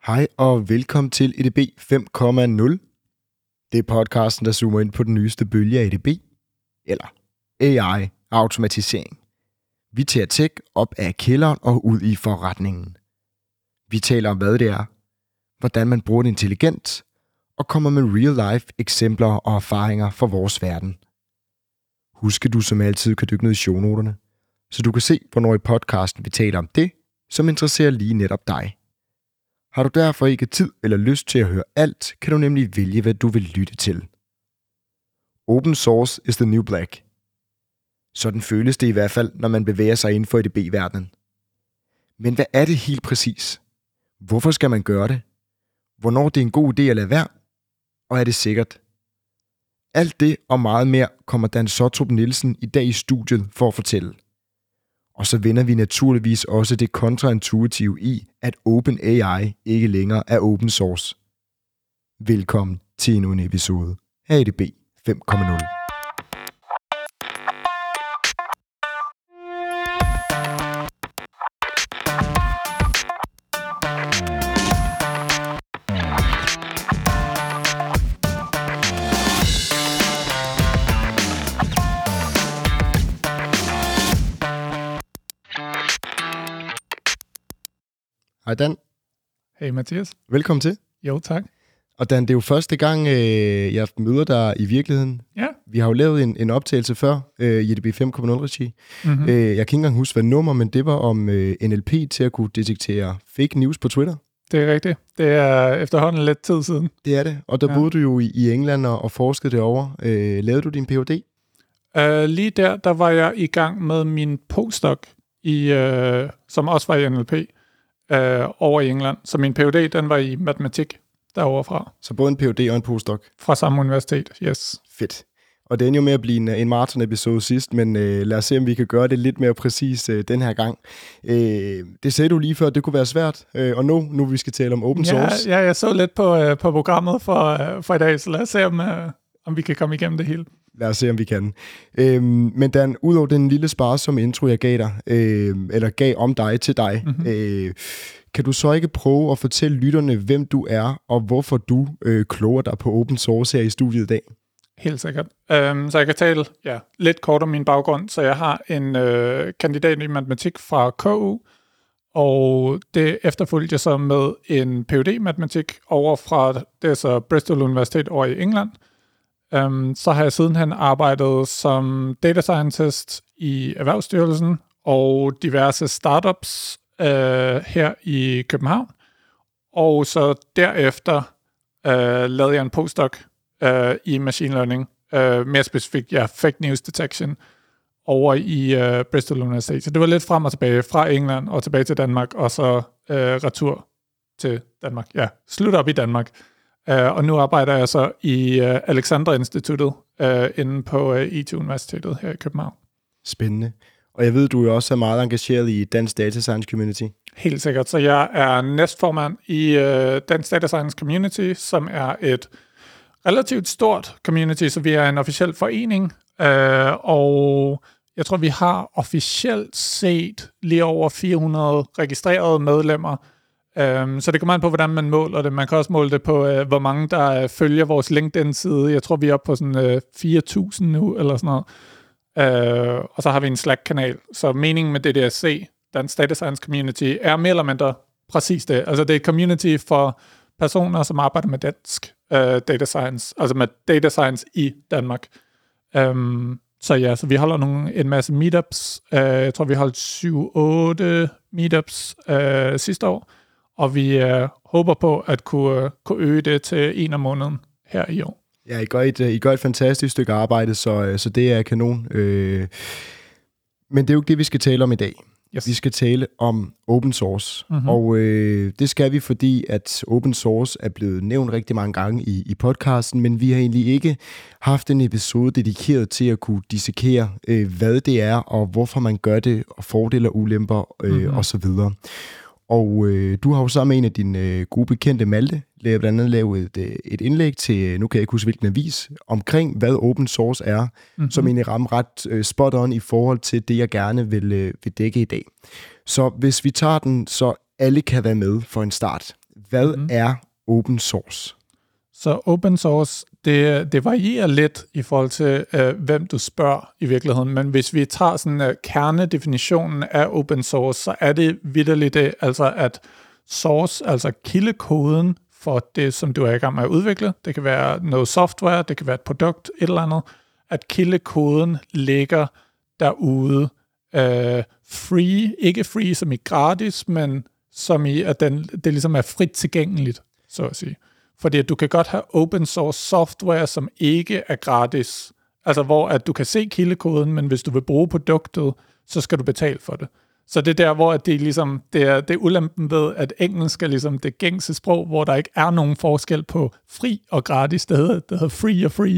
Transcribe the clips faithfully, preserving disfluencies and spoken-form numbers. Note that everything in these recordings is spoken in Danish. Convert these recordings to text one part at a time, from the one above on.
Hej og velkommen til E D B fem komma nul. Det er podcasten, der zoomer ind på den nyeste bølge af E D B, eller A I-automatisering. Vi tager tech op af kælderen og ud i forretningen. Vi taler om, hvad det er, hvordan man bruger det intelligent, og kommer med real-life eksempler og erfaringer fra vores verden. Husk, at du som altid kan dykke ned i shownoterne, så du kan se, hvornår i podcasten vi taler om det, som interesserer lige netop dig. Har du derfor ikke tid eller lyst til at høre alt, kan du nemlig vælge, hvad du vil lytte til. Open source is the new black. Sådan føles det i hvert fald, når man bevæger sig inden for E D B-verdenen. Men hvad er det helt præcis? Hvorfor skal man gøre det? Hvornår det er en god idé at lade være? Og er det sikkert? Alt det og meget mere kommer Dan Sottrup Nielsen i dag i studiet for at fortælle. Og så vender vi naturligvis også det kontraintuitive i, at OpenAI ikke længere er open source. Velkommen til endnu en episode af E D B fem komma nul. Hej Dan. Hej Mathias. Velkommen til. Jo, tak. Og Dan, det er jo første gang, øh, jeg møder dig i virkeligheden. Ja. Vi har jo lavet en, en optagelse før øh, i E D B fem komma nul-regi. Mm-hmm. Øh, jeg kan ikke engang huske, hvad nummer, men det var om øh, N L P til at kunne detektere fake news på Twitter. Det er rigtigt. Det er efterhånden lidt tid siden. Det er det. Og der ja. boede du jo i, i England og, og forskede derovre. Øh, lavede du din P H D? Uh, lige der, der var jeg i gang med min postdoc, i, uh, som også var i N L P. Uh, over i England. Så min P H D, den var i matematik derovre fra. Så både en P H D og en postdoc? Fra samme universitet, yes. Fedt. Og det er jo med at blive en, en maraton-episode sidst, men øh, lad os se, om vi kan gøre det lidt mere præcis øh, den her gang. Øh, det sagde du lige før, det kunne være svært øh, at nå, nu vi skal tale om open source. Ja, ja jeg så lidt på, øh, på programmet for, øh, for i dag, så lad os se, om, øh, om vi kan komme igennem det hele. Lad os se, om vi kan. Øhm, men Dan, udover den lille sparsomme intro, jeg gav dig, øh, eller gav om dig til dig, mm-hmm. øh, kan du så ikke prøve at fortælle lytterne, hvem du er, og hvorfor du øh, kloger dig på open source her i studiet i dag? Helt sikkert. Um, så jeg kan tale ja, lidt kort om min baggrund. Så jeg har en øh, kandidat i matematik fra K U, og det efterfulgte jeg så med en P H D i matematik over fra det er så Bristol Universitet over i England. Um, så har jeg sidenhen arbejdet som data scientist i Erhvervsstyrelsen og diverse startups uh, her i København. Og så derefter uh, lavede jeg en postdoc uh, i machine learning, uh, mere specifikt ja, fake news detection, over i uh, Bristol Universitet. Så det var lidt frem og tilbage fra England og tilbage til Danmark, og så uh, retur til Danmark. Ja, slut op i Danmark. Uh, og nu arbejder jeg så i uh, Alexandra Instituttet uh, inde på uh, I T Universitetet her i København. Spændende. Og jeg ved, du er også meget engageret i Dansk Data Science Community. Helt sikkert. Så jeg er næstformand i uh, Dansk Data Science Community, som er et relativt stort community, så vi er en officiel forening, uh, og jeg tror, vi har officielt set lige over fire hundrede registrerede medlemmer. Um, så det kommer an på, hvordan man måler det. Man kan også måle det på, uh, hvor mange der uh, følger vores LinkedIn-side. Jeg tror, vi er oppe på sådan uh, fire tusind nu, eller sådan noget. Uh, og så har vi en Slack-kanal. Så meningen med D D S C, Dansk Data Science Community, er mere eller mindre præcis det. Altså det er et community for personer, som arbejder med dansk uh, data science, altså med data science i Danmark. Um, så ja, så vi holder nogle, en masse meetups. Uh, jeg tror, vi holdt syv otte meetups uh, sidste år. Og vi uh, håber på at kunne, uh, kunne øge det til en om måneden her i år. Ja, I gør et, I gør et fantastisk stykke arbejde, så, så det er kanon. Øh, men det er jo ikke det, vi skal tale om i dag. Yes. Vi skal tale om open source, mm-hmm. og øh, det skal vi, fordi at open source er blevet nævnt rigtig mange gange i, i podcasten, men vi har egentlig ikke haft en episode dedikeret til at kunne dissekere, øh, hvad det er, og hvorfor man gør det, og fordele og ulemper, øh, mm-hmm. osv. Og øh, du har jo sammen med en af dine øh, gode bekendte, Malte, blandt andet lavet et, øh, et indlæg til, nu kan jeg ikke huske hvilken avis, omkring hvad open source er, mm-hmm. som egentlig rammer ret øh, spot on i forhold til det, jeg gerne vil, øh, vil dække i dag. Så hvis vi tager den, så alle kan være med for en start. Hvad mm-hmm. er open source? Så open source, det, det varierer lidt i forhold til, øh, hvem du spørger i virkeligheden, men hvis vi tager sådan uh, kernedefinitionen af open source, så er det vitterligt det, altså at source, altså kildekoden for det, som du er i gang med at udvikle, det kan være noget software, det kan være et produkt, et eller andet, at kildekoden ligger derude øh, free, ikke free som i gratis, men som i, at den, det ligesom er frit tilgængeligt, så at sige. Fordi at du kan godt have open source software, som ikke er gratis. Altså hvor at du kan se kildekoden, men hvis du vil bruge produktet, så skal du betale for det. Så det er der, hvor det, ligesom, det, er, det er ulempen ved, at engelsk er ligesom det gængse sprog, hvor der ikke er nogen forskel på fri og gratis. Det hedder, det hedder free og free.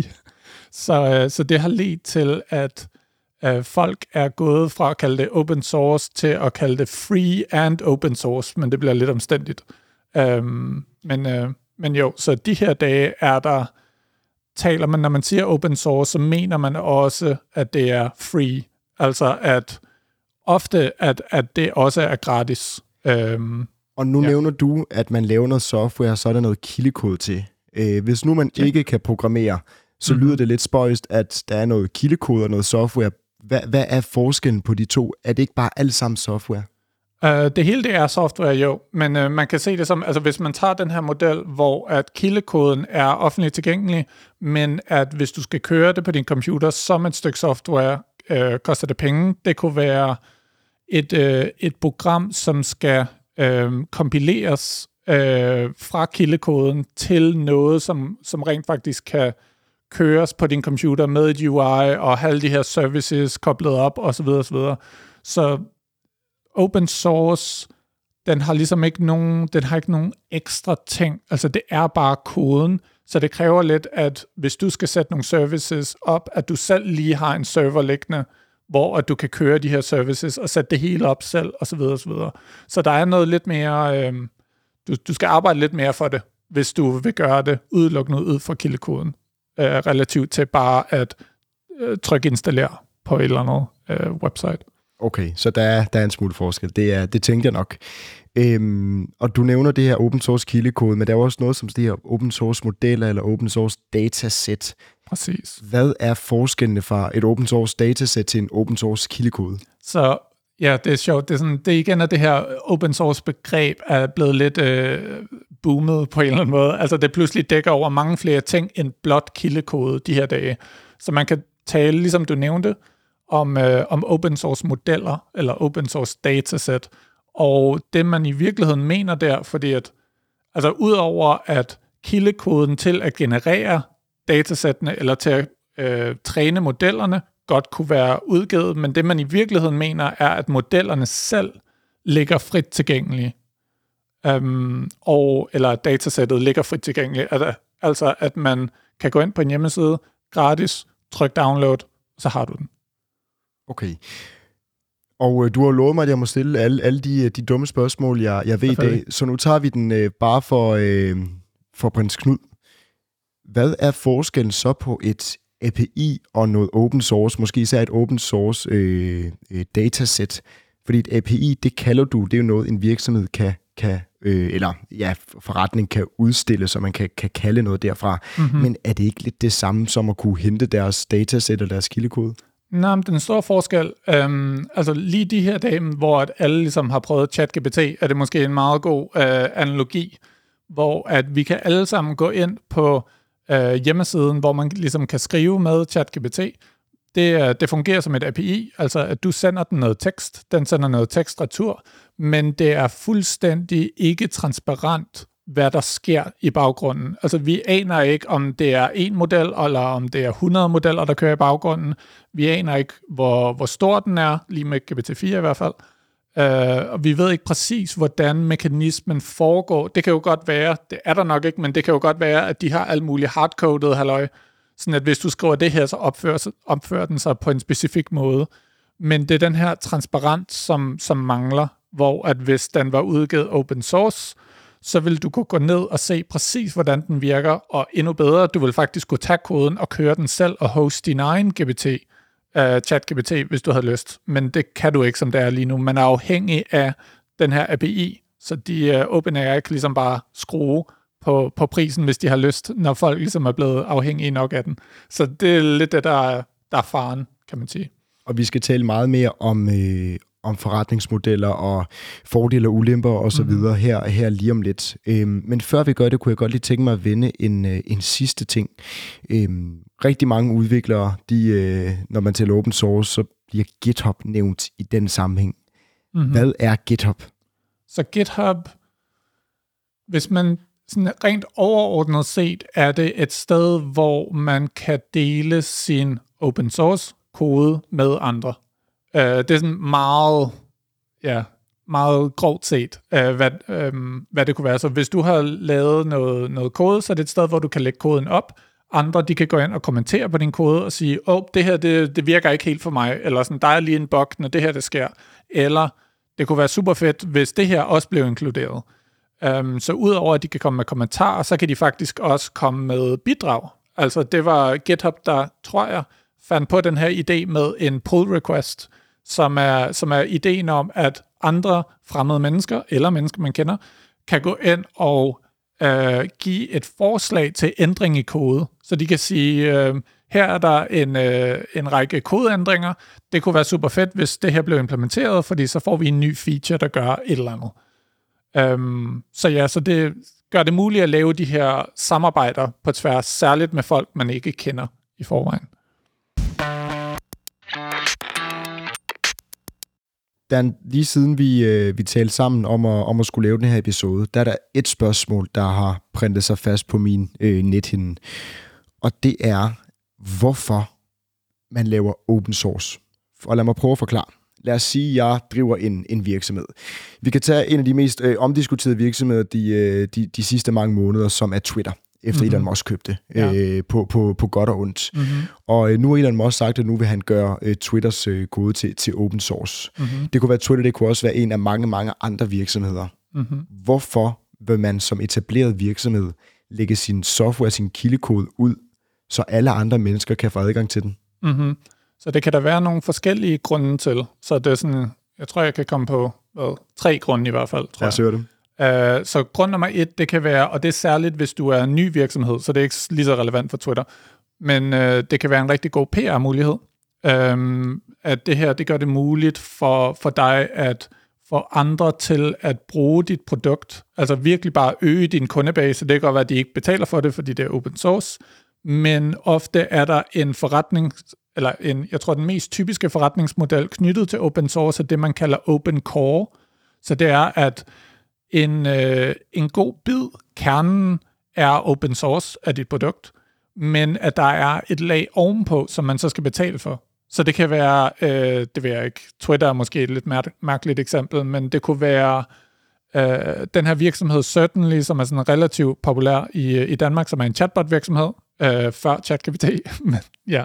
Så, så det har ledt til, at uh, folk er gået fra at kalde det open source til at kalde det free and open source, men det bliver lidt omstændigt. Um, men... Uh, Men jo, så de her dage er der, taler man, når man siger open source, så mener man også, at det er free. Altså at ofte, at, at det også er gratis. Øhm, og nu ja. nævner du, at man laver noget software, så er der noget kildekode til. Øh, hvis nu man ja. ikke kan programmere, så mm-hmm. lyder det lidt spøjst, at der er noget kildekode og noget software. Hvad, hvad er forskellen på de to? Er det ikke bare alt sammen software? Uh, det hele det er software, jo, men uh, man kan se det som, altså hvis man tager den her model, hvor at kildekoden er offentligt tilgængelig, men at hvis du skal køre det på din computer som et stykke software, uh, koster det penge. Det kunne være et, uh, et program, som skal uh, kompileres uh, fra kildekoden til noget, som, som rent faktisk kan køres på din computer med et U I og have alle de her services koblet op osv. osv. Så open source, den har ligesom ikke nogen, den har ikke nogen ekstra ting. Altså det er bare koden, så det kræver lidt, at hvis du skal sætte nogle services op, at du selv lige har en server liggende, hvor at du kan køre de her services og sætte det hele op selv, osv. osv. Så der er noget lidt mere, øh, du, du skal arbejde lidt mere for det, hvis du vil gøre det udelukkende ud fra kildekoden, øh, relativt til bare at øh, trykke installere på et eller andet øh, website. Okay, så der er, der er en smule forskel. Det, er, det tænkte jeg nok. Øhm, og du nævner det her open source kildekode, men der er også noget som det her open source modeller eller open source dataset. Præcis. Hvad er forskellene fra et open source dataset til en open source kildekode? Så ja, det er sjovt. Det er, sådan, det er igen, at det her open source begreb er blevet lidt øh, boomet på en eller anden måde. Altså det pludselig dækker over mange flere ting end blot kildekode de her dage. Så man kan tale, ligesom du nævnte, om, øh, om open source modeller eller open source dataset. Og det man i virkeligheden mener der, fordi at altså udover at kildekoden til at generere datasættene eller til at øh, træne modellerne godt kunne være udgivet, men det man i virkeligheden mener er, at modellerne selv ligger frit tilgængelige. Um, og, eller at datasættet ligger frit tilgængeligt. Altså, altså at man kan gå ind på en hjemmeside gratis, tryk download, så har du den. Okay. Og øh, du har lovet mig, at jeg må stille alle, alle de, de dumme spørgsmål, jeg, jeg ved i dag. Så nu tager vi den øh, bare for, øh, for prins Knud. Hvad er forskellen så på et A P I og noget open source? Måske især et open source øh, øh, dataset. Fordi et A P I, det kalder du, det er jo noget, en virksomhed kan, kan øh, eller ja, forretning kan udstille, så man kan, kan kalde noget derfra. Mm-hmm. Men er det ikke lidt det samme som at kunne hente deres dataset eller deres kildekode? Nej, men den store forskel, øhm, altså lige de her dage, hvor at alle ligesom har prøvet ChatGPT, er det måske en meget god øh, analogi, hvor at vi kan alle sammen gå ind på øh, hjemmesiden, hvor man ligesom kan skrive med ChatGPT. Det, det fungerer som et A P I, altså at du sender den noget tekst, den sender noget tekst retur, men det er fuldstændig ikke transparent, hvad der sker i baggrunden. Altså vi aner ikke, om det er en model, eller om det er hundrede modeller, der kører i baggrunden. Vi aner ikke, hvor, hvor stor den er, lige med G P T fire i hvert fald. Uh, og vi ved ikke præcis, hvordan mekanismen foregår. Det kan jo godt være, det er der nok ikke, men det kan jo godt være, at de har alt muligt hardcoded halløj, sådan at hvis du skriver det her, så opfører, opfører den sig på en specifik måde. Men det er den her transparens, som, som mangler, hvor at hvis den var udgivet open source, så vil du kunne gå ned og se præcis, hvordan den virker, og endnu bedre, du vil faktisk kunne tage koden og køre den selv og hoste din egen G P T, uh, ChatGPT, hvis du havde lyst. Men det kan du ikke, som det er lige nu. Man er afhængig af den her A P I, Så de uh, OpenAI kan ligesom bare skrue på, på prisen, hvis de har lyst, når folk ligesom er blevet afhængige nok af den. Så det er lidt det, der er, der er faren, kan man sige. Og vi skal tale meget mere om, øh, om forretningsmodeller og fordele og ulemper og så videre mm. her, her lige om lidt. Øhm, men før vi gør det, kunne jeg godt lige tænke mig at vende en, en sidste ting. Øhm, rigtig mange udviklere, de, øh, når man taler open source, så bliver GitHub nævnt i den sammenhæng. Mm-hmm. Hvad er GitHub? Så GitHub, hvis man sådan rent overordnet set, er det et sted, hvor man kan dele sin open source kode med andre. Uh, det er sådan meget, ja, meget grovt set, uh, hvad, um, hvad det kunne være. Så hvis du har lavet noget, noget kode, så er det et sted, hvor du kan lægge koden op. Andre, de kan gå ind og kommentere på din kode og sige, åh, oh, det her, det, det virker ikke helt for mig, eller sådan, der er lige en bug, når det her, det sker. Eller det kunne være super fedt, hvis det her også blev inkluderet. Um, så udover at de kan komme med kommentarer, så kan de faktisk også komme med bidrag. Altså det var GitHub, der, tror jeg, fandt på den her idé med en pull request, som er, som er ideen om, at andre fremmede mennesker, eller mennesker, man kender, kan gå ind og øh, give et forslag til ændring i kode. Så de kan sige, øh, her er der en, øh, en række kodeændringer. Det kunne være super fedt, hvis det her blev implementeret, fordi så får vi en ny feature, der gør et eller andet. Um, så ja, så det gør det muligt at lave de her samarbejder på tværs, særligt med folk, man ikke kender i forvejen. Dan, lige siden vi, øh, vi talte sammen om at, om at skulle lave den her episode, der er der et spørgsmål, der har printet sig fast på min øh, nethinde. Og det er, hvorfor man laver open source. Og lad mig prøve at forklare. Lad os sige, at jeg driver en, en virksomhed. Vi kan tage en af de mest øh, omdiskuterede virksomheder de, øh, de, de sidste mange måneder, som er Twitter, efter mm-hmm. Elon Musk købte, øh, ja. på, på, på godt og ondt. Mm-hmm. Og øh, nu har Elon Musk sagt, at nu vil han gøre øh, Twitters øh, kode til, til open source. Mm-hmm. Det kunne være Twitter, det kunne også være en af mange, mange andre virksomheder. Mm-hmm. Hvorfor vil man som etableret virksomhed lægge sin software, sin kildekode ud, så alle andre mennesker kan få adgang til den? Mm-hmm. Så det kan der være nogle forskellige grunde til. Så det er sådan, jeg tror, jeg kan komme på hvad, tre grunde i hvert fald, tror jeg. Jeg det. Uh, så grund nummer et, det kan være, og det er særligt, hvis du er en ny virksomhed, så det er ikke lige så relevant for Twitter, men uh, det kan være en rigtig god P R-mulighed. Um, at det her, det gør det muligt for, for dig at få andre til at bruge dit produkt, altså virkelig bare øge din kundebase. Det kan godt være, at de ikke betaler for det, fordi det er open source, men ofte er der en forretning, eller en, jeg tror, den mest typiske forretningsmodel knyttet til open source er det, man kalder open core. Så det er, at en, øh, en god bid, kernen, er open source af dit produkt, men at der er et lag ovenpå, som man så skal betale for. Så det kan være, øh, det ved jeg ikke, Twitter er måske et lidt mær- mærkeligt eksempel, men det kunne være øh, den her virksomhed Certainly, som er sådan relativt populær i, i Danmark, som er en chatbot-virksomhed, øh, før ChatGPT, men ja.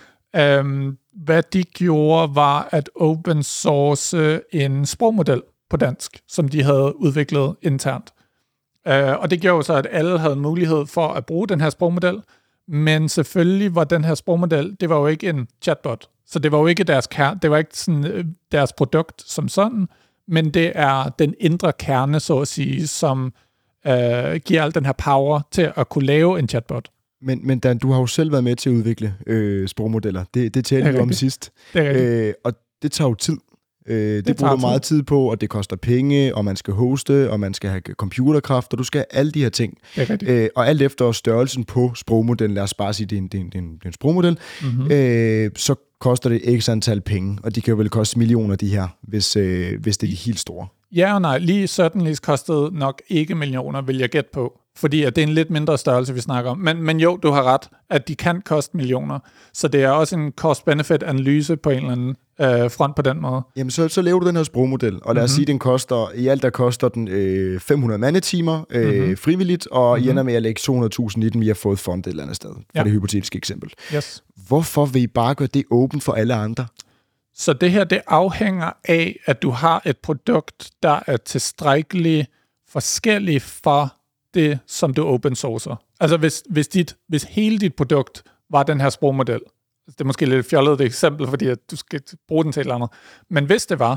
Um, hvad de gjorde, var at open source en sprogmodel på dansk, som de havde udviklet internt. Uh, og det gjorde så, at alle havde mulighed for at bruge den her sprogmodel, men selvfølgelig var den her sprogmodel, det var jo ikke en chatbot, så det var jo ikke deres kerne, det var ikke sådan deres produkt som sådan, men det er den indre kerne, så at sige, som uh, giver al den her power til at kunne lave en chatbot. Men, men Dan, du har jo selv været med til at udvikle øh, sprogmodeller. Det, det talte vi om sidst. Det er øh, og det tager jo tid. Øh, det det bruger du meget tid på, og det koster penge, og man skal hoste, og man skal have computerkraft, og du skal have alle de her ting. Øh, og alt efter størrelsen på sprogmodellen, lad os bare sige, det er en, det er en, det er en sprogmodel, mm-hmm. øh, så koster det x antal penge, og de kan jo vel koste millioner, de her, hvis, øh, hvis det er de helt store. Ja og nej, lige Certainly kostede nok ikke millioner, vil jeg gætte på. Fordi at det er en lidt mindre størrelse, vi snakker om. Men, men jo, du har ret, at de kan koste millioner. Så det er også en cost-benefit-analyse på en eller anden øh, front på den måde. Jamen, så, så laver du den her sprogmodel, og lad os mm-hmm. sige, den koster, i alt der koster den øh, fem hundrede mandetimer øh, mm-hmm. frivilligt, og mm-hmm. I ender med at lægge to hundrede tusind i den, vi har fået fundet et eller andet sted, for ja. det hypotetiske eksempel. Yes. Hvorfor vil I bare gøre det åbent for alle andre? Så det her, det afhænger af, at du har et produkt, der er tilstrækkeligt forskelligt for det, som du open sourcer. Altså hvis, hvis, dit, hvis hele dit produkt var den her sprogmodel, det er måske lidt fjollet et eksempel, fordi at du skal bruge den til et eller andet, men hvis det var,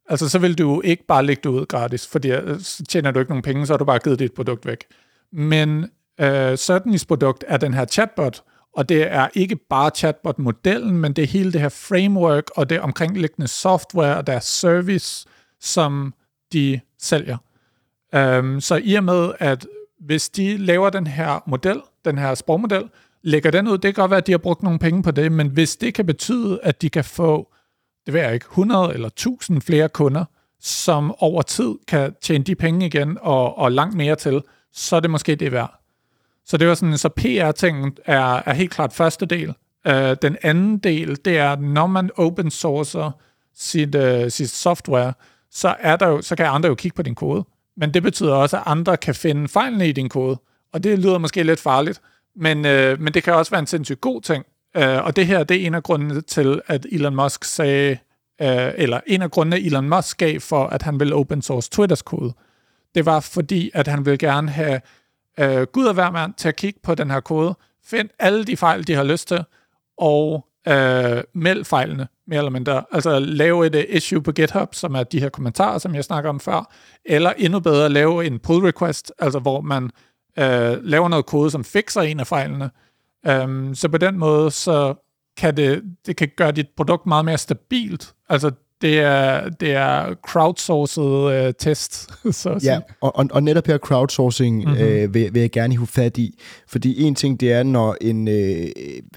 Altså, så vil du ikke bare lægge det ud gratis, fordi så tjener du ikke nogen penge, så har du bare givet dit produkt væk. Men øh, Certainty's produkt er den her chatbot, og det er ikke bare chatbot-modellen, men det er hele det her framework, og det omkringliggende software og deres service, som de sælger. Um, så i og med, at hvis de laver den her model, den her sprogmodel, lægger den ud, det kan godt være, at de har brugt nogle penge på det, men hvis det kan betyde, at de kan få, det ved jeg ikke, hundrede eller tusind flere kunder, som over tid kan tjene de penge igen og, og langt mere til, så er det måske det værd. Så det var sådan, så P R-tingen er, er helt klart første del. Uh, den anden del, det er, når man open sourcer sit, uh, sit software, så, er der jo, så kan andre jo kigge på din kode. Men det betyder også, at andre kan finde fejlene i din kode. Og det lyder måske lidt farligt, men, øh, men det kan også være en sindssygt god ting. Øh, og det her, det er en af grundene til, at Elon Musk sagde, øh, eller en af grundene, Elon Musk gav for, at han ville open source Twitters kode. Det var fordi, at han ville gerne have øh, Gud og hver mand til at kigge på den her kode, finde alle de fejl, de har lyst til, og øh, meld fejlene, mere eller mindre. Altså lave et uh, issue på GitHub, som er de her kommentarer, som jeg snakker om før, eller endnu bedre lave en pull request, altså hvor man øh, laver noget kode, som fikser en af fejlene. Um, så på den måde, så kan det, det kan gøre dit produkt meget mere stabilt. Altså det er, det er crowdsourced uh, test. Så ja, og, og, og netop her crowdsourcing mm-hmm. øh, vil, vil jeg gerne hive fat i, fordi en ting det er, når en... Øh,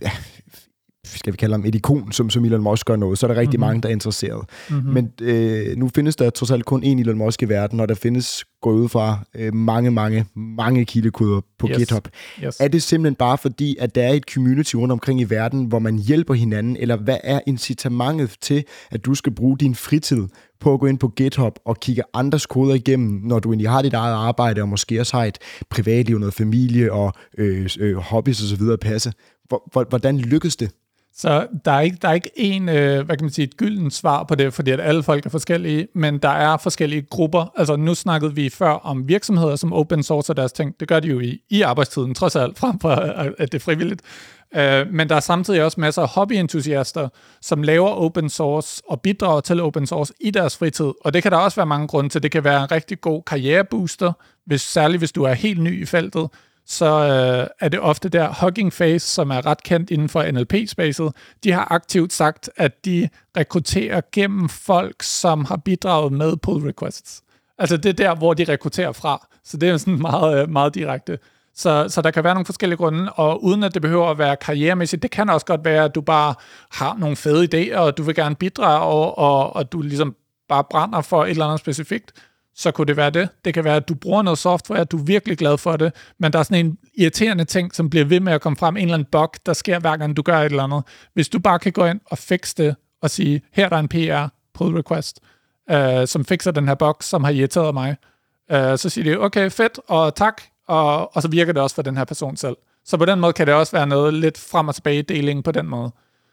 skal vi kalde ham et ikon, som, som Elon Musk gør noget, så er der rigtig mm-hmm. mange, der er interesseret. Mm-hmm. Men øh, nu findes der trods alt kun én Elon Musk i verden, og der findes gået ud fra øh, mange, mange, mange kildekoder på yes. GitHub. Yes. Er det simpelthen bare fordi, at der er et community rundt omkring i verden, hvor man hjælper hinanden, eller hvad er incitamentet til, at du skal bruge din fritid på at gå ind på GitHub og kigge andres koder igennem, når du egentlig har dit eget arbejde, og måske også har et privatliv, noget familie og øh, øh, hobbies osv. at passe? Hvordan lykkedes det? Så der er ikke, der er ikke en, øh, hvad kan man sige, et gyldent svar på det, fordi at alle folk er forskellige, men der er forskellige grupper. Altså nu snakkede vi før om virksomheder, som open sourcer deres ting. Det gør de jo i, i arbejdstiden, trods alt, frem for at det er frivilligt. Øh, men der er samtidig også masser af hobbyentusiaster, som laver open source og bidrager til open source i deres fritid. Og det kan der også være mange grunde til. Det kan være en rigtig god karrierebooster, hvis, særligt hvis du er helt ny i feltet. Så øh, er det ofte der Hugging Face, som er ret kendt inden for N L P-spacet, de har aktivt sagt, at de rekrutterer gennem folk, som har bidraget med pull requests. Altså det er der, hvor de rekrutterer fra. Så det er sådan meget, meget direkte. Så, så der kan være nogle forskellige grunde, og uden at det behøver at være karrieremæssigt, det kan også godt være, at du bare har nogle fede idéer, og du vil gerne bidrage, og, og, og du ligesom bare brænder for et eller andet specifikt. Så kunne det være det. Det kan være, at du bruger noget software, du er virkelig glad for det, men der er sådan en irriterende ting, som bliver ved med at komme frem, en eller anden bug, der sker hver gang du gør et eller andet. Hvis du bare kan gå ind og fikse det, og sige, her er der en P R, pull request, øh, som fikser den her bug, som har irriteret mig, øh, så siger de, okay, fedt, og tak, og, og så virker det også for den her person selv. Så på den måde kan det også være noget lidt frem og tilbage deling på den måde.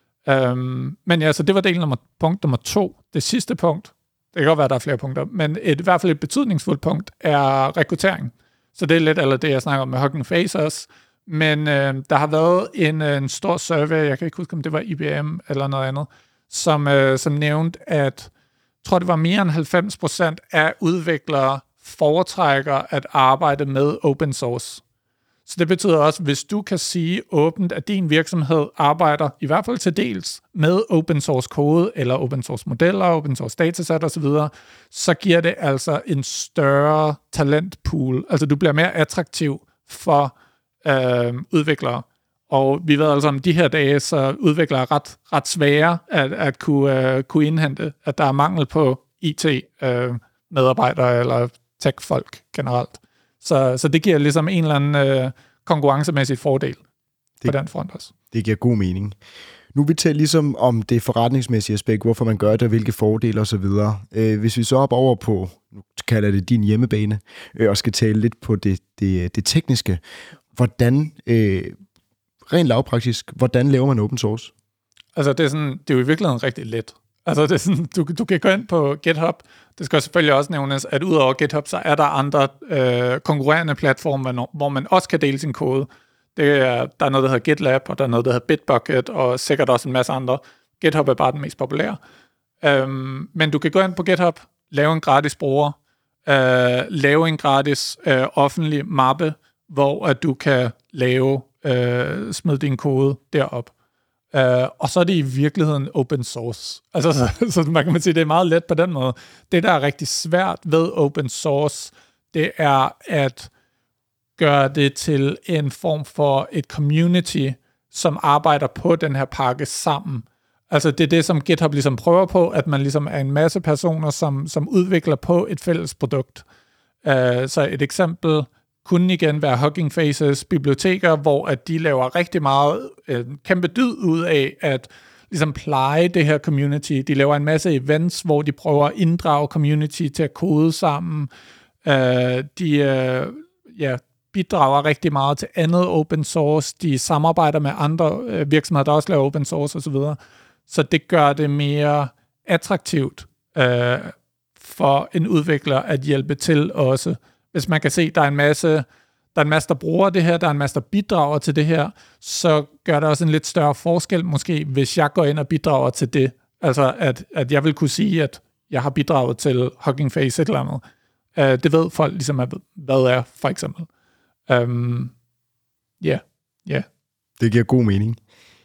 Um, men ja, så det var del nummer, punkt nummer to. Det sidste punkt, det kan godt være, at der er flere punkter, men et, i hvert fald et betydningsfuldt punkt er rekruttering. Så det er lidt eller det, jeg snakker om med Hugging Face også. Men øh, der har været en, en stor survey, jeg kan ikke huske, om det var I B M eller noget andet, som, øh, som nævnte, at jeg tror, det var mere end halvfems procent af udviklere foretrækker at arbejde med open source. Så det betyder også, hvis du kan sige åbent, at din virksomhed arbejder i hvert fald til dels med open source kode, eller open source modeller, open source datasæt osv., så giver det altså en større talentpool. Altså du bliver mere attraktiv for øh, udviklere. Og vi ved altså om de her dage, så udviklere er ret, ret svære at, at kunne, uh, kunne indhente, at der er mangel på I T-medarbejdere uh, eller tech-folk generelt. Så, så det giver ligesom en eller anden uh, konkurrencemæssig fordel det, på den front også. Det giver god mening. Nu vil vi tale ligesom om det forretningsmæssige aspekt, hvorfor man gør det, og hvilke fordele osv. Uh, hvis vi så op over på, nu kalder det din hjemmebane, uh, og skal tale lidt på det, det, det tekniske, hvordan... Uh, rent lavpraktisk, hvordan laver man open source? Altså, det er, sådan, det er jo i virkeligheden rigtig let. Altså, det er sådan, du, du kan gå ind på GitHub. Det skal selvfølgelig også nævnes, at udover GitHub, så er der andre øh, konkurrerende platforme, hvor man også kan dele sin kode. Det er, der er noget, der hedder GitLab, og der er noget, der hedder Bitbucket, og sikkert også en masse andre. GitHub er bare den mest populære. Øhm, men du kan gå ind på GitHub, lave en gratis bruger, øh, lave en gratis øh, offentlig mappe, hvor at du kan lave, øh, smide din kode derop. Øh, og så er det i virkeligheden open source. Altså, så, så man kan sige, det er meget let på den måde. Det, der er rigtig svært ved open source, det er at gøre det til en form for et community, som arbejder på den her pakke sammen. Altså det er det, som GitHub ligesom prøver på, at man ligesom er en masse personer, som, som udvikler på et fælles produkt. Uh, så et eksempel kunne igen være Hugging Faces biblioteker, hvor at de laver rigtig meget uh, kæmpe dyd ud af at ligesom pleje det her community. De laver en masse events, hvor de prøver at inddrage community til at kode sammen. Uh, de uh, ja, bidrager rigtig meget til andet open source. De samarbejder med andre uh, virksomheder, der også laver open source osv., så det gør det mere attraktivt øh, for en udvikler at hjælpe til også. Hvis man kan se, at der er en masse, der er en masse, der bruger det her, der er en masse, der bidrager til det her, så gør det også en lidt større forskel måske, hvis jeg går ind og bidrager til det. Altså, at, at jeg vil kunne sige, at jeg har bidraget til Hugging Face et eller andet. Uh, det ved folk ligesom, hvad er, for eksempel. Ja, um, yeah, yeah. Det giver god mening.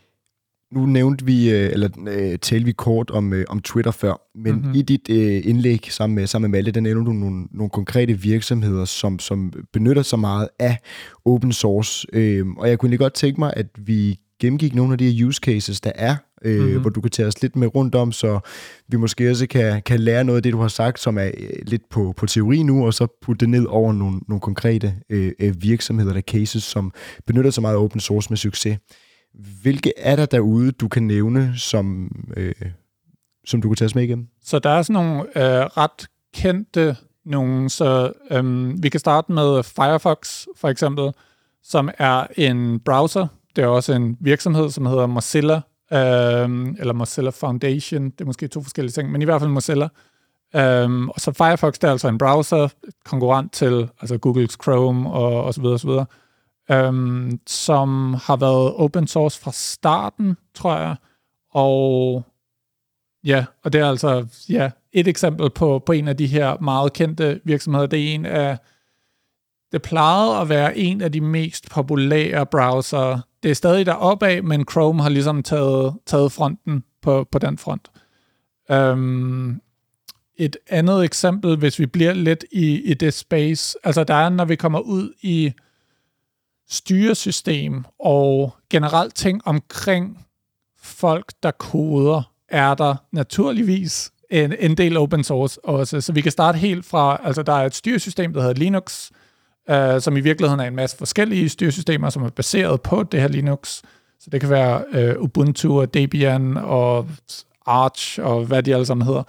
Nu nævnte vi, eller øh, talte vi kort om, øh, om Twitter før, men mm-hmm. i dit øh, indlæg sammen med, sammen med Malte, der nævner du nogle, nogle konkrete virksomheder, som, som benytter sig meget af open source. Øh, og jeg kunne lige godt tænke mig, at vi gennemgik nogle af de her use cases, der er, øh, mm-hmm. hvor du kan tage os lidt med rundt om, så vi måske også kan, kan lære noget af det, du har sagt, som er øh, lidt på, på teori nu, og så putte det ned over nogle, nogle konkrete øh, virksomheder eller cases, som benytter sig meget af open source med succes. Hvilke er der derude, du kan nævne, som, øh, som du kan tage os med igennem? Så der er sådan nogle øh, ret kendte nogle, så øh, vi kan starte med Firefox for eksempel, som er en browser. Det er også en virksomhed, som hedder Mozilla, øh, eller Mozilla Foundation. Det er måske to forskellige ting, men i hvert fald Mozilla. Øh, og så Firefox, det er altså en browser, konkurrent til altså Googles Chrome og, og så videre, og så videre. Um, som har været open source fra starten, tror jeg. Og ja, og det er altså ja, et eksempel på, på en af de her meget kendte virksomheder. Det er en af, det plejede at være en af de mest populære browser. Det er stadig deroppe af, men Chrome har ligesom taget, taget fronten på, på den front. Um, et andet eksempel, hvis vi bliver lidt i, i det space, altså der er, når vi kommer ud i styresystem og generelt ting omkring folk, der koder, er der naturligvis en, en del open source også. Så vi kan starte helt fra, altså der er et styresystem, der hedder Linux, øh, som i virkeligheden er en masse forskellige styresystemer, som er baseret på det her Linux. Så det kan være øh, Ubuntu og Debian og Arch og hvad de alle sammen hedder.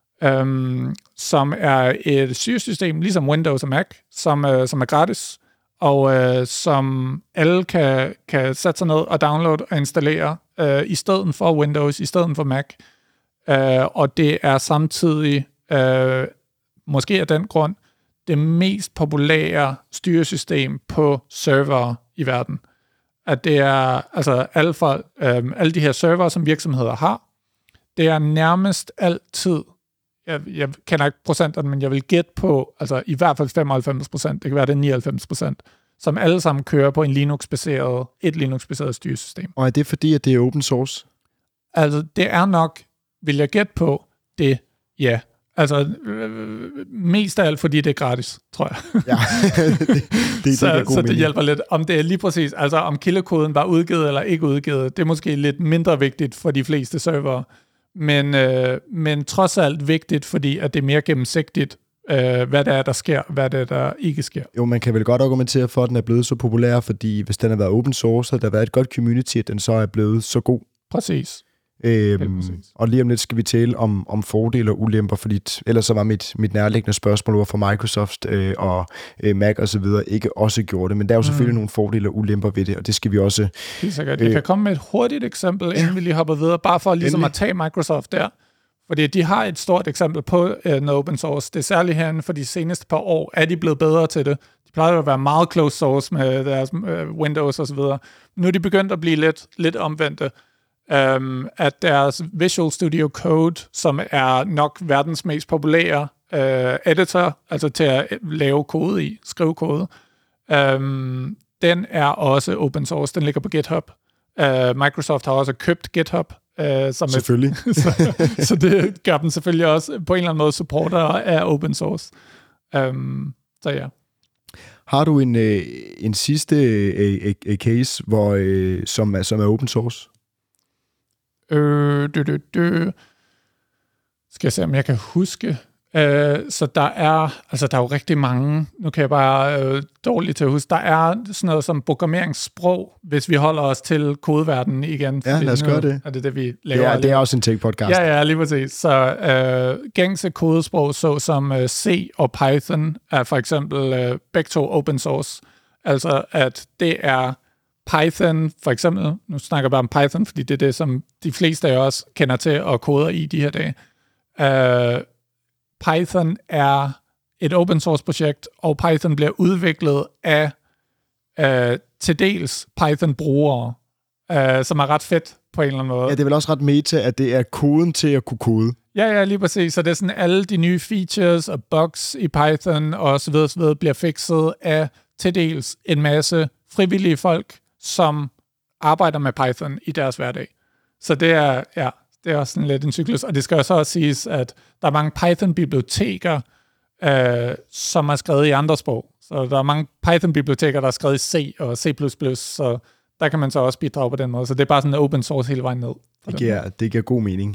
Um, som er et styresystem, ligesom Windows og Mac, som, øh, som er gratis, og øh, som alle kan, kan sætte sig ned og downloade og installere øh, i stedet for Windows, i stedet for Mac. Øh, og det er samtidig, øh, måske af den grund, det mest populære styresystem på server i verden. At det er, altså alle, for, øh, alle de her server, som virksomheder har, det er nærmest altid, jeg, jeg kender ikke procenterne, men jeg vil gætte på, altså i hvert fald femoghalvfems procent, det kan være det nioghalvfems procent, som alle sammen kører på en Linux-baseret, et Linux-baseret styresystem. Og er det fordi, at det er open source? Altså, det er nok, vil jeg gætte på, det, ja. Altså, øh, mest af alt, fordi det er gratis, tror jeg. Ja, det, det, det, så, det er god så det mening. lidt. Om det er lige præcis, altså om kildekoden var udgivet eller ikke udgivet, det er måske lidt mindre vigtigt for de fleste servere. Men, øh, men trods alt vigtigt, fordi at det er mere gennemsigtigt, øh, hvad der er, der sker, hvad der er, der ikke sker. Jo, man kan vel godt argumentere for, at den er blevet så populær, fordi hvis den har været open source, og der har været et godt community, at den så er blevet så god. Præcis. Øhm, og lige om lidt skal vi tale om, om fordele og ulemper, fordi t- ellers så var mit, mit nærliggende spørgsmål, hvorfor Microsoft øh, og øh, Mac og så videre ikke også gjorde det, men der er jo selvfølgelig mm. nogle fordele og ulemper ved det, og det skal vi også... Det er sikkert. Jeg øh, kan komme med et hurtigt eksempel, inden ja. vi lige hopper videre, bare for ligesom Endelig. at tage Microsoft der, fordi de har et stort eksempel på øh, noget open source. Det er særligt herinde, for de seneste par år er de blevet bedre til det. De plejer at være meget closed source med deres øh, Windows og så videre. Nu er de begyndt at blive lidt, lidt omvendte. um, at deres Visual Studio Code, som er nok verdens mest populære uh, editor, altså til at lave kode i, skrive kode, um, den er også open source. Den ligger på GitHub. Uh, Microsoft har også købt GitHub. Uh, som selvfølgelig. Et, så, så det gør dem selvfølgelig også på en eller anden måde supporter af open source. Um, så ja. Har du en, øh, en sidste øh, øh, case, hvor, øh, som, er, som er open source? Øh, dø, dø, dø. Skal jeg se, om jeg kan huske. Øh, så der er, altså der er jo rigtig mange, nu kan jeg bare øh, dårligt til at huske, der er sådan noget som programmeringssprog, hvis vi holder os til kodeverdenen igen. Ja, lad os gøre det. Er det det, vi laver? Ja, det er også en tech-podcast. Ja, ja, lige præcis. Så øh, gængse kodesprog, så som øh, C og Python, er for eksempel øh, begge to open source. Altså, at det er Python, for eksempel, nu snakker jeg bare om Python, fordi det er det, som de fleste af os kender til og koder i de her dage. Øh, Python er et open source projekt, og Python bliver udviklet af øh, til dels Python-brugere, øh, som er ret fedt på en eller anden måde. Ja, det er vel også ret meta, at det er koden til at kunne kode. Ja, ja, lige præcis. Så det er sådan, alle de nye features og bugs i Python og så videre, så videre bliver fikset af til dels en masse frivillige folk, som arbejder med Python i deres hverdag. Så det er, ja, det er også sådan lidt en cyklus. Og det skal også også siges, at der er mange Python-biblioteker, øh, som er skrevet i andre sprog. Så der er mange Python-biblioteker, der er skrevet i C og C plus plus, så der kan man så også bidrage på den måde. Så det er bare sådan en open source hele vejen ned. Det giver, det giver god mening.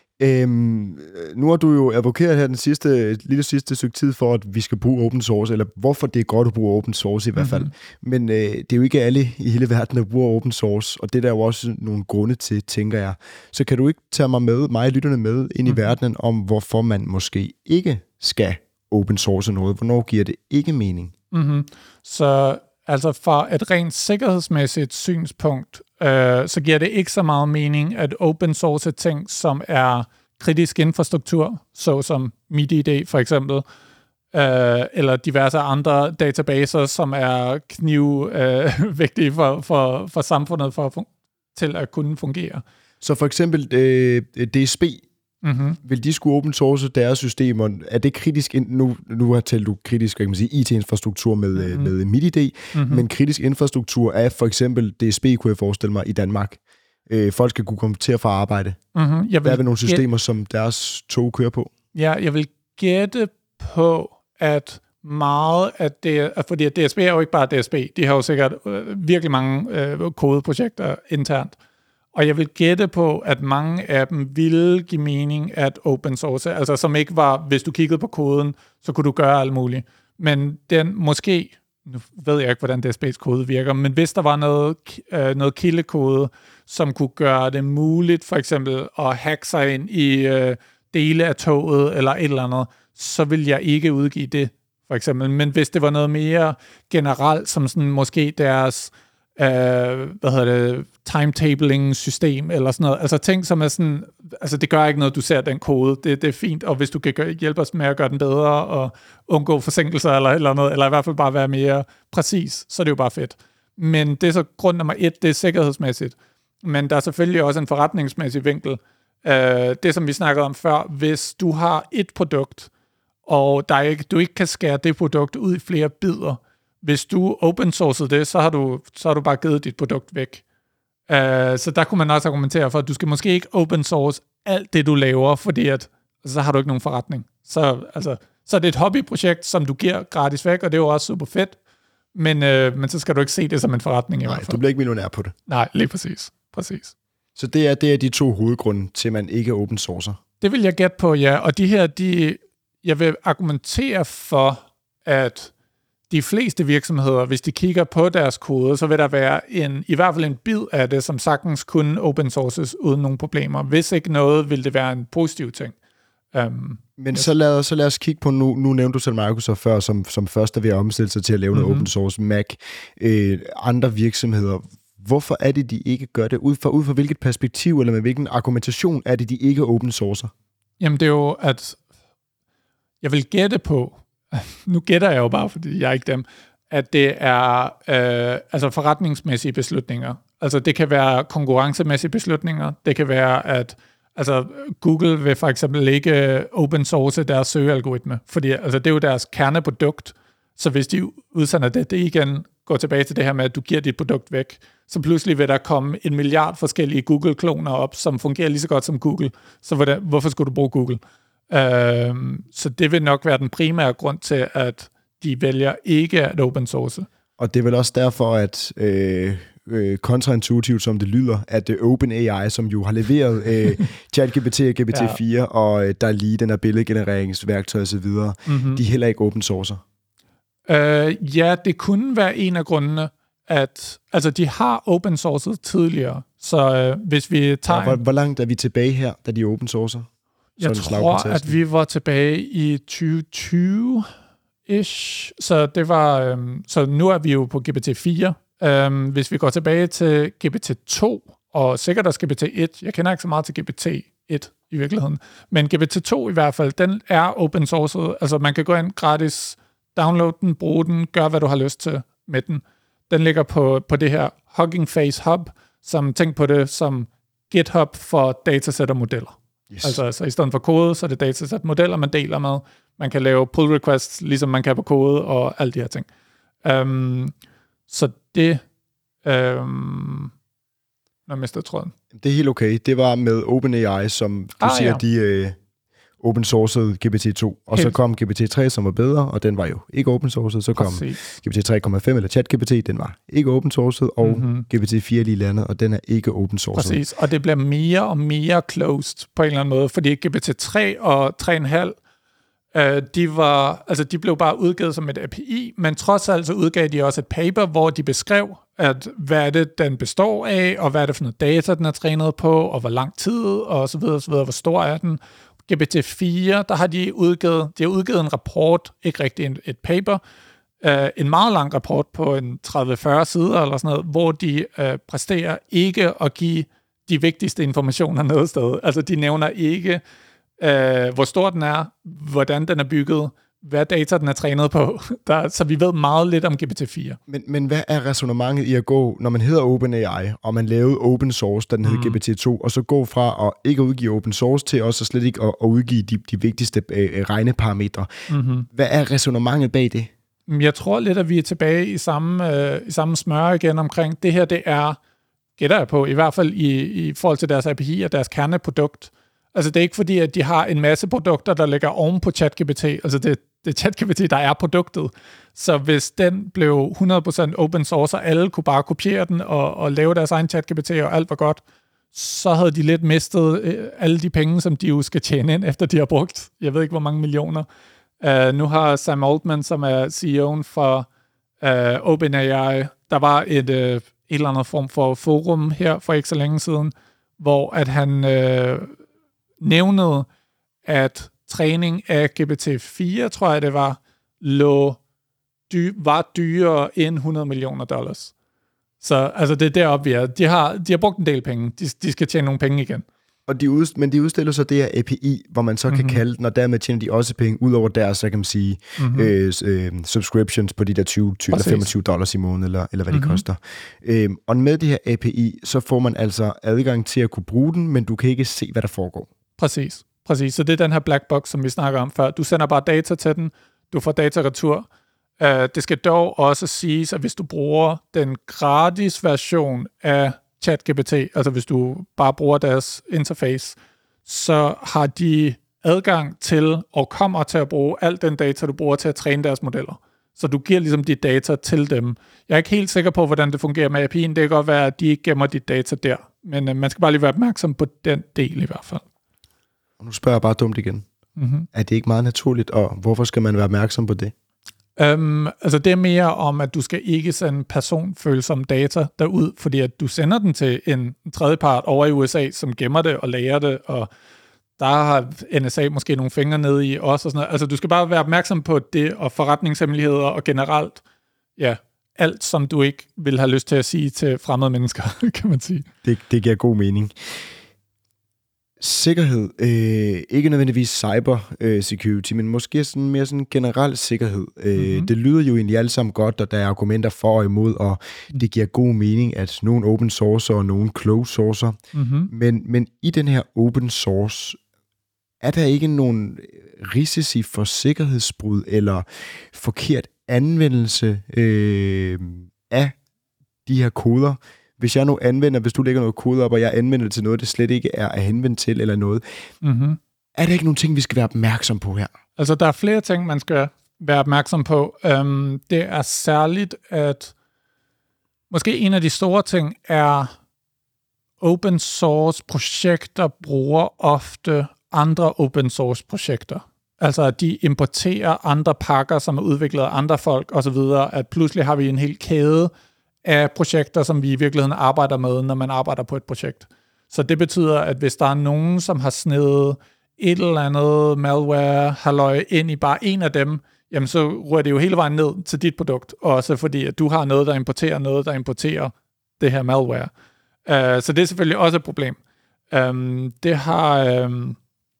Øhm, nu har du jo advokeret her den sidste, lille sidste stykke tid for, at vi skal bruge open source, eller hvorfor det er godt at bruge open source i hvert fald. Mm-hmm. Men øh, det er jo ikke alle i hele verden, der bruger open source, og det er der jo også nogle grunde til, tænker jeg. Så kan du ikke tage mig med, mig og lytterne med ind i mm-hmm. verdenen, om hvorfor man måske ikke skal open source noget? Hvornår giver det ikke mening? Mm-hmm. Så altså fra et rent sikkerhedsmæssigt synspunkt, øh, så giver det ikke så meget mening at open source ting, som er kritisk infrastruktur, såsom MitID for eksempel, øh, eller diverse andre databaser, som er knivvigtige øh, for, for, for samfundet for at fun- til at kunne fungere. Så for eksempel øh, D S B, mm-hmm. vil de skulle open source deres systemer? Er det kritisk, nu, nu har talt du kritisk, kan man sige, I T-infrastruktur med, mm-hmm. med MitID, mm-hmm. men kritisk infrastruktur er for eksempel D S B, kunne jeg forestille mig, i Danmark. Øh, folk skal kunne komme til at få arbejde. Mm-hmm. Jeg vil Hvad er det nogle systemer, gæt- som deres tog kører på? Ja, jeg vil gætte på, at meget af det, fordi D S B er jo ikke bare D S B, de har jo sikkert øh, virkelig mange øh, kodeprojekter internt. Og jeg vil gætte på, at mange af dem ville give mening at open source, altså som ikke var, hvis du kiggede på koden, så kunne du gøre alt muligt. Men den måske, nu ved jeg ikke, hvordan D S B's kode virker, men hvis der var noget, øh, noget kildekode, som kunne gøre det muligt, for eksempel at hacke sig ind i øh, dele af toget eller et eller andet, så vil jeg ikke udgive det, for eksempel. Men hvis det var noget mere generelt, som sådan måske deres Uh, hvad hedder det, timetabling-system eller sådan noget. Altså ting, som er sådan, altså det gør ikke noget, du ser den kode. Det, det er fint, og hvis du kan gøre, hjælpe os med at gøre den bedre og undgå forsinkelser eller et eller andet, eller i hvert fald bare være mere præcis, så er det jo bare fedt. Men det er så grund nummer et, det er sikkerhedsmæssigt. Men der er selvfølgelig også en forretningsmæssig vinkel. Uh, det, som vi snakkede om før, hvis du har et produkt, og der er ikke, du ikke kan skære det produkt ud i flere bidder, hvis du open sourced det, så har du, så har du bare givet dit produkt væk. Uh, så der kunne man også argumentere for, at du skal måske ikke open source alt det, du laver, fordi at, så har du ikke nogen forretning. Så, altså, så er det et hobbyprojekt, som du giver gratis væk, og det er jo også super fedt, men, uh, men så skal du ikke se det som en forretning i Nej, hvert fald. du bliver ikke millionær på det. Nej, lige præcis. præcis. Så det er, det er de to hovedgrunde til, at man ikke open sourcer? Det vil jeg gætte på, ja. Og de her, de, jeg vil argumentere for, at de fleste virksomheder, hvis de kigger på deres kode, så vil der være en, i hvert fald en bid af det, som sagtens kunne open sources uden nogen problemer. Hvis ikke noget, vil det være en positiv ting. Um, Men så lad, så lad os kigge på, nu, nu nævnte du selv Microsoft før, som, som først er ved at omstille sig til at lave mm-hmm. noget open source, Mac, øh, andre virksomheder. Hvorfor er det, de ikke gør det? Ud fra, ud fra hvilket perspektiv, eller med hvilken argumentation er det, de ikke open sourcer? Jamen det er jo, at jeg vil gætte på, nu gætter jeg jo bare, fordi jeg er ikke dem, at det er øh, altså forretningsmæssige beslutninger. Altså det kan være konkurrencemæssige beslutninger. Det kan være, at altså, Google vil for eksempel ikke open source deres søgealgoritme, fordi altså, det er jo deres kerneprodukt. Så hvis de udsender det, det igen går tilbage til det her med, at du giver dit produkt væk, så pludselig vil der komme en milliard forskellige Google-kloner op, som fungerer lige så godt som Google. Så hvordan, hvorfor skulle du bruge Google? Øh, så det vil nok være den primære grund til, at de vælger ikke at open source. Og det er vel også derfor, at øh, øh, kontraintuitivt, som det lyder, at øh, OpenAI, som jo har leveret øh, ChatGPT og G P T fire, ja. og øh, der er lige den her billedgenereringsværktøj osv., mm-hmm. de er heller ikke open source. Øh, ja, det kunne være en af grundene, at altså, de har open sourcet tidligere, så øh, hvis vi tager... Ja, hvor, hvor langt er vi tilbage her, da de er open source? Jeg tror, at vi var tilbage i tyve tyve-ish, så det var... Øhm, så nu er vi jo på G P T fire. Øhm, hvis vi går tilbage til G P T to, og sikkert også G P T et, jeg kender ikke så meget til G P T et i virkeligheden, men G P T to i hvert fald, den er open source, altså man kan gå ind gratis, downloade den, bruge den, gøre hvad du har lyst til med den. Den ligger på, på det her Hugging Face Hub, som tænk på det som GitHub for datasæt og modeller. Yes. Altså så i stedet for kode, så er det datasæt modeller, man deler med. Man kan lave pull requests, ligesom man kan på kode og alle de her ting. Um, så det... Um, Nå, mister tråden. Det er helt okay. Det var med OpenAI, som du ah, siger, ja. de øh, open sourced G P T to. Og helt. Så kom G P T tre, som var bedre, og den var jo ikke open sourced. Så kom Præcis. G P T tre komma fem, eller ChatGPT, den var ikke open sourced, og mm-hmm. G P T fire lige landet, og den er ikke open sourced. Præcis, og det bliver mere og mere closed på en eller anden måde, fordi G P T tre og tre komma fem, øh, de, var, altså, de blev bare udgivet som et A P I, men trods alt så udgav de også et paper, hvor de beskrev, at hvad er det, den består af, og hvad er det for noget data, den er trænet på, og hvor lang tid, og så videre, og så videre, hvor stor er den. G P T fire, der har de udgivet, de har udgivet en rapport, ikke rigtig et, et paper, uh, en meget lang rapport på en tredive til fyrre sider, eller sådan noget, hvor de uh, præsterer ikke at give de vigtigste informationer noget sted. Altså, de nævner ikke, uh, hvor stor den er, hvordan den er bygget, hvad data den er trænet på. Der, så vi ved meget lidt om G P T fire. Men, men hvad er resonemanget i at gå, når man hedder OpenAI, og man lavede open source, da den hed mm. G P T to, og så gå fra at ikke udgive open source til også slet ikke at, at udgive de, de vigtigste øh, regneparametre? Mm-hmm. Hvad er resonemanget bag det? Jeg tror lidt, at vi er tilbage i samme, øh, i samme smør igen omkring. Det her, det er, gætter jeg på, i hvert fald i, i forhold til deres A P I og deres kerneprodukt. Altså, det er ikke fordi, at de har en masse produkter, der ligger oven på ChatGPT. Altså, det, det er ChatGPT, der er produktet. Så hvis den blev hundrede procent open source, og alle kunne bare kopiere den og, og lave deres egen ChatGPT, og alt var godt, så havde de lidt mistet øh, alle de penge, som de jo skal tjene ind, efter de har brugt, jeg ved ikke, hvor mange millioner. Uh, nu har Sam Altman, som er C E O'en for uh, OpenAI, der var et, uh, et eller andet form for forum her for ikke så længe siden, hvor at han uh, nævnede, at træning af G P T fire, tror jeg det var, lå dy- var dyrere end hundrede millioner dollars. Så altså, det er deroppe, vi er. De har, de har brugt en del penge. De, de skal tjene nogle penge igen. Og de ud, men de udstiller så det her A P I, hvor man så mm-hmm. kan kalde den, og dermed tjener de også penge, ud over deres, så kan man sige, mm-hmm. øh, øh, subscriptions på de der tyve, tyve eller femogtyve dollars i måneden, eller, eller hvad mm-hmm. det koster. Øh, og med det her A P I, så får man altså adgang til at kunne bruge den, men du kan ikke se, hvad der foregår. Præcis. Præcis. Så det er den her black box, som vi snakker om før. Du sender bare data til den, du får data retur. Uh, det skal dog også siges, at hvis du bruger den gratis version af ChatGPT, altså hvis du bare bruger deres interface, så har de adgang til og kommer til at bruge al den data, du bruger til at træne deres modeller. Så du giver ligesom dit data til dem. Jeg er ikke helt sikker på, hvordan det fungerer med A P I'en. Det kan godt være, at de ikke gemmer dit data der. Men uh, man skal bare lige være opmærksom på den del i hvert fald. Og nu spørger jeg bare dumt igen. Mm-hmm. Er det ikke meget naturligt, og hvorfor skal man være opmærksom på det? Um, altså det er mere om, at du skal ikke sende personfølsomme data derud, fordi at du sender den til en tredjepart over i U S A, som gemmer det og lagrer det, og der har N S A måske nogle fingre nede i os og sådan noget. Altså du skal bare være opmærksom på det, og forretningshemmeligheder, og generelt, ja, alt som du ikke vil have lyst til at sige til fremmede mennesker, kan man sige. Det, det giver god mening. Sikkerhed, øh, ikke nødvendigvis cyber øh, security, men måske sådan mere sådan generel sikkerhed. Øh, mm-hmm. Det lyder jo egentlig alt sammen godt, og der er argumenter for og imod, og det giver god mening, at nogen open source og nogen closed source. Mm-hmm. Men, men i den her open source, er der ikke nogen risici for sikkerhedsbrud eller forkert anvendelse øh, af de her koder? Hvis jeg nu anvender, hvis du lægger noget kode op, og jeg anvender det til noget, det slet ikke er henvendt til eller noget, mm-hmm. er der ikke nogen ting, vi skal være opmærksom på her? Altså, der er flere ting, man skal være opmærksom på. Um, det er særligt, at måske en af de store ting er, open source projekter bruger ofte andre open source projekter. Altså, at de importerer andre pakker, som er udviklet af andre folk osv., at pludselig har vi en hel kæde af projekter, som vi i virkeligheden arbejder med, når man arbejder på et projekt. Så det betyder, at hvis der er nogen, som har snedet et eller andet malware, halløj ind i bare en af dem, jamen så rører det jo hele vejen ned til dit produkt, også fordi at du har noget, der importerer noget, der importerer det her malware. Uh, så det er selvfølgelig også et problem. Um, det har... Um,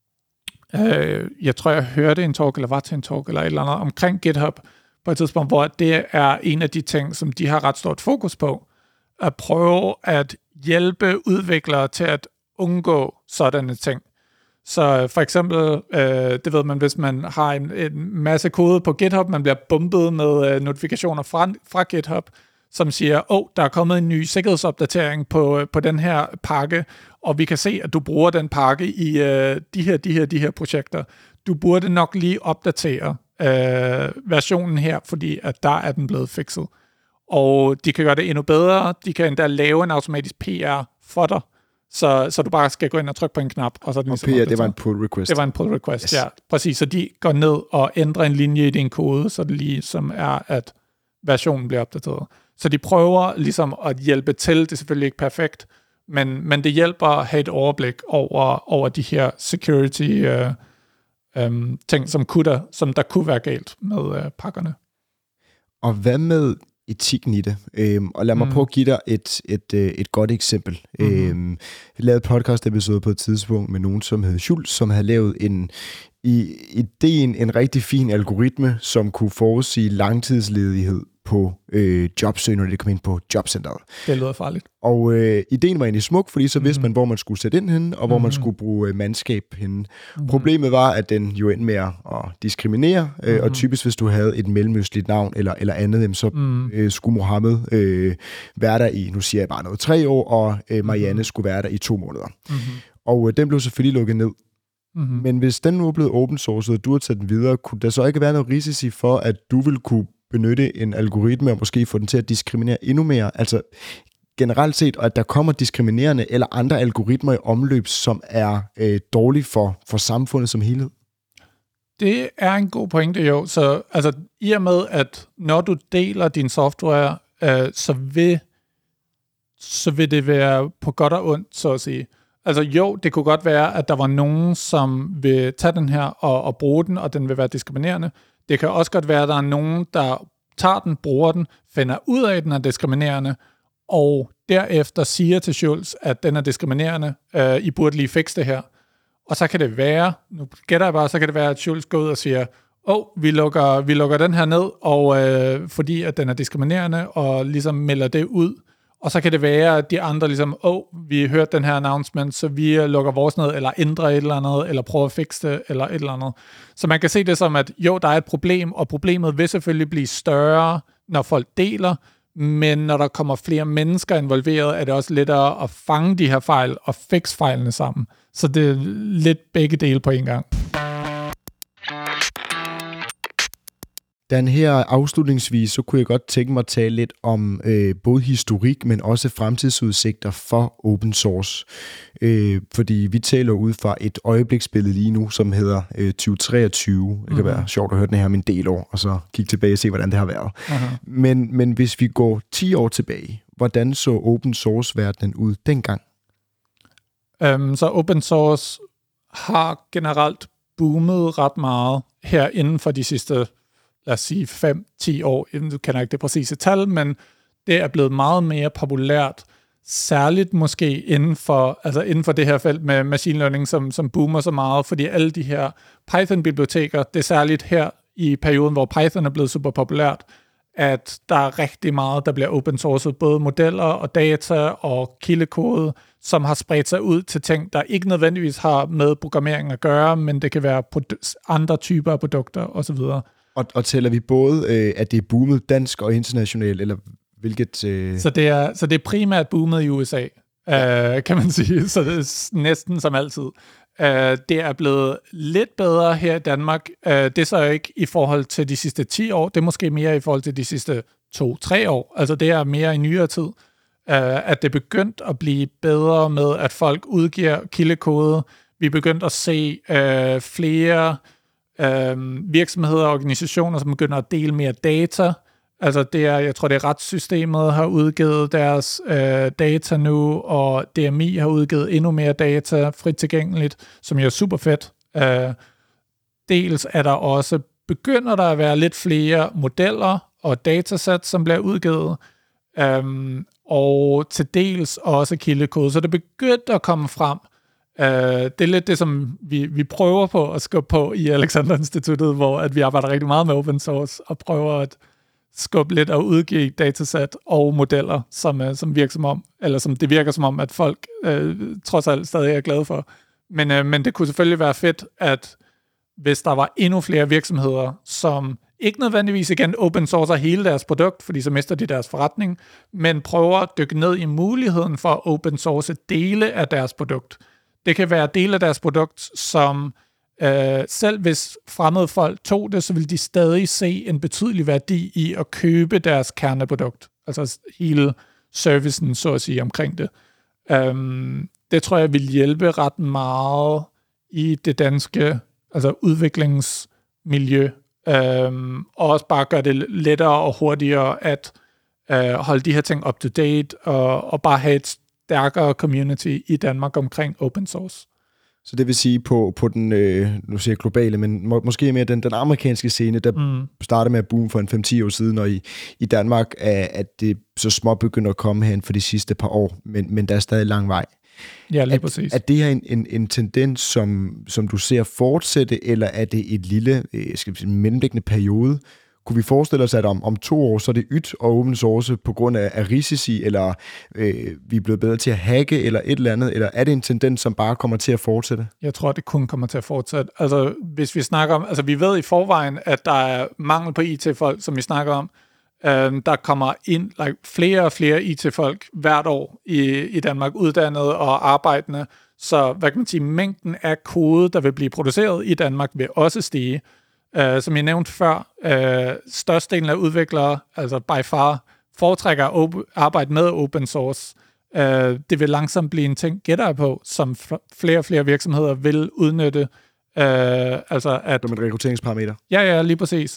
uh, jeg tror, jeg hørte en talk, eller var til en talk, eller et eller andet, omkring GitHub, på et tidspunkt, hvor det er en af de ting, som de har ret stort fokus på, at prøve at hjælpe udviklere til at undgå sådanne ting. Så for eksempel, øh, det ved man, hvis man har en, en masse kode på GitHub, man bliver bumpet med øh, notifikationer fra, fra GitHub, som siger, åh, oh, der er kommet en ny sikkerhedsopdatering på, på den her pakke, og vi kan se, at du bruger den pakke i øh, de her, de her, de her projekter. Du burde nok lige opdatere Øh, versionen her, fordi at der er den blevet fikset. Og de kan gøre det endnu bedre. De kan endda lave en automatisk P R for dig, så, så du bare skal gå ind og trykke på en knap. Og, så er den og P R, det var en pull request. Det var en pull request, yes. Ja. Præcis, så de går ned og ændrer en linje i din kode, så det lige som er, at versionen bliver opdateret. Så de prøver ligesom at hjælpe til. Det er selvfølgelig ikke perfekt, men, men det hjælper at have et overblik over, over de her security øh, Øhm, ting, som, kunne der, som der kunne være galt med øh, pakkerne. Og hvad med etikken i det? Øhm, og lad mig mm. prøve at give dig et, et, et, et godt eksempel. Mm-hmm. Øhm, vi lavede et podcast-episode på et tidspunkt med nogen, som hed Schultz, som havde lavet en, i ideen en rigtig fin algoritme, som kunne forudsige langtidsledighed på øh, jobsøg, når det kom ind på jobcenteret. Det lyder farligt. Og øh, ideen var egentlig smuk, fordi så vidste mm. man, hvor man skulle sætte ind henne, og hvor mm. man skulle bruge øh, mandskab henne. Mm. Problemet var, at den jo endte med at diskriminere, øh, mm. og typisk hvis du havde et mellemøstligt navn eller, eller andet, så mm. øh, skulle Mohammed øh, være der i, nu siger jeg bare noget, tre år, og øh, Marianne mm. skulle være der i to måneder. Mm. Og øh, den blev selvfølgelig lukket ned. Mm-hmm. Men hvis den nu er blevet open source, og du har taget den videre, kunne der så ikke være noget risici for, at du vil kunne benytte en algoritme og måske få den til at diskriminere endnu mere? Altså generelt set, at der kommer diskriminerende eller andre algoritmer i omløb, som er øh, dårlige for, for samfundet som helhed? Det er en god pointe, jo. Så altså, i og med, at når du deler din software, øh, så, vil, så vil det være på godt og ondt, så at sige. Altså jo, det kunne godt være, at der var nogen, som vil tage den her og, og bruge den, og den vil være diskriminerende. Det kan også godt være, at der er nogen, der tager den, bruger den, finder ud af, at den er diskriminerende, og derefter siger til Schultz, at den er diskriminerende, øh, I burde lige fikse det her. Og så kan det være, nu gætter jeg bare, så kan det være, at Schultz går ud og siger, åh, oh, vi lukker, vi lukker den her ned, og øh, fordi at den er diskriminerende, og ligesom melder det ud. Og så kan det være, at de andre ligesom, åh, oh, vi hørte den her announcement, så vi lukker vores ned, eller ændrer et eller andet, eller prøver at fikse det, eller et eller andet. Så man kan se det som, at jo, der er et problem, og problemet vil selvfølgelig blive større, når folk deler, men når der kommer flere mennesker involveret, er det også lettere at fange de her fejl, og fikse fejlene sammen. Så det er lidt begge dele på en gang. Dan, her afslutningsvis, så kunne jeg godt tænke mig at tale lidt om øh, både historik, men også fremtidsudsigter for open source. Øh, fordi vi taler ud fra et øjebliksbillede lige nu, som hedder øh, tyve treogtyve. Det kan mm-hmm. være sjovt at høre den her om en del år, og så kigge tilbage og se, hvordan det har været. Mm-hmm. Men, men hvis vi går ti år tilbage, hvordan så open source-verdenen ud dengang? Um, så open source har generelt boomet ret meget her inden for de sidste lad os sige fem til ti år, du kender ikke det præcise tal, men det er blevet meget mere populært, særligt måske inden for, altså inden for det her felt med machine learning, som, som boomer så meget, fordi alle de her Python-biblioteker, det er særligt her i perioden, hvor Python er blevet super populært, at der er rigtig meget, der bliver open sourced, både modeller og data og kildekode, som har spredt sig ud til ting, der ikke nødvendigvis har med programmering at gøre, men det kan være produ- andre typer af produkter osv. Og, og tæller vi både, øh, at det er boomet dansk og internationalt, eller hvilket... Øh... Så, det er, så det er primært boomet i U S A, ja. øh, kan man sige. Så det er næsten som altid. Uh, det er blevet lidt bedre her i Danmark. Uh, det er så ikke i forhold til de sidste ti år. Det er måske mere i forhold til de sidste to tre år. Altså det er mere i nyere tid. Uh, at det er begyndt at blive bedre med, at folk udgiver kildekode. Vi er begyndt at se uh, flere uh, virksomheder og organisationer, som begynder at dele mere data. Altså det er, jeg tror, det er retssystemet har udgivet deres øh, data nu, og D M I har udgivet endnu mere data frit tilgængeligt, som jo er super fedt. Øh, dels er der også, begynder der at være lidt flere modeller og datasæt, som bliver udgivet, øhm, og til dels også kildekode. Så det er begyndt at komme frem. Øh, det er lidt det, som vi, vi prøver på at skubbe på i Alexander Instituttet, hvor at vi arbejder rigtig meget med open source, og prøver at skubbe lidt og udgive datasæt og modeller, som, som virker som om, eller som det virker som om, at folk øh, trods alt stadig er glade for. Men, øh, men det kunne selvfølgelig være fedt, at hvis der var endnu flere virksomheder, som ikke nødvendigvis igen open sourcer hele deres produkt, fordi så mister de deres forretning, men prøver at dykke ned i muligheden for at open source dele af deres produkt. Det kan være dele af deres produkt, som Uh, selv hvis fremmede folk tog det, så vil de stadig se en betydelig værdi i at købe deres kerneprodukt. Altså hele servicen, så at sige, omkring det. Um, det tror jeg vil hjælpe ret meget i det danske altså udviklingsmiljø. Um, og også bare gøre det lettere og hurtigere at uh, holde de her ting up to date og, og bare have et stærkere community i Danmark omkring open source. Så det vil sige på, på den, øh, nu siger jeg globale, men må, måske mere den, den amerikanske scene, der mm. startede med at boome for en fem til ti år siden, og i, i Danmark er at det så småt begynder at komme hen for de sidste par år, men, men der er stadig lang vej. Ja, lige at, præcis. Er det her en, en, en tendens, som, som du ser fortsætte, eller er det et lille, øh, skal vi sige, mellemliggende periode? Kunne vi forestille os, at om, om to år, så er det ydt og open source på grund af, af risici, eller øh, vi er blevet bedre til at hacke, eller et eller andet, eller er det en tendens, som bare kommer til at fortsætte? Jeg tror, det kun kommer til at fortsætte. Altså, hvis vi snakker om, altså vi ved i forvejen, at der er mangel på I T-folk, som vi snakker om. Øh, der kommer ind like, flere og flere I T-folk hvert år i, i Danmark, uddannede og arbejdende. Så hvad kan man sige, mængden af kode, der vil blive produceret i Danmark, vil også stige. Uh, som jeg nævnte før, uh, størstedelen af udviklere, altså by far, foretrækker at op- arbejde med open source. Uh, det vil langsomt blive en ting, gætter jeg på, som f- flere og flere virksomheder vil udnytte. Uh, altså at, som et rekrutteringsparameter. Ja, ja, lige præcis.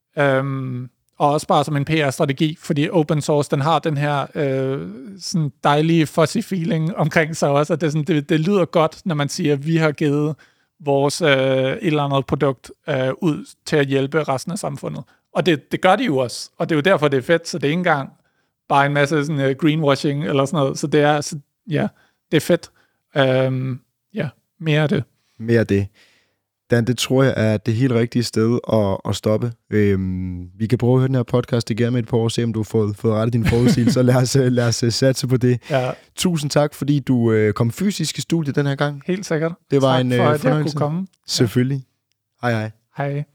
Um, og også bare som en P R-strategi, fordi open source, den har den her uh, sådan dejlige fuzzy feeling omkring sig også, at det, sådan, det, det lyder godt, når man siger, at vi har givet vores øh, et eller andet produkt øh, ud til at hjælpe resten af samfundet. Og det, det gør de jo også. Og det er jo derfor, det er fedt. Så det er ikke engang bare en masse sådan, uh, greenwashing eller sådan noget. Så det er, så, ja, det er fedt. Um, ja, mere af det. Mere af det. Dan, det tror jeg er det helt rigtige sted at, at stoppe. Øhm, vi kan prøve at høre den her podcast igen med et par år, se om du har fået, fået rettet dine forudsigelser, så lad os, lad os satse på det. Ja. Tusind tak, fordi du øh, kom fysisk i studiet den her gang. Helt sikkert. Det var tak en for, øh, at jeg kunne komme. Selvfølgelig. Ja. Hej hej. Hej.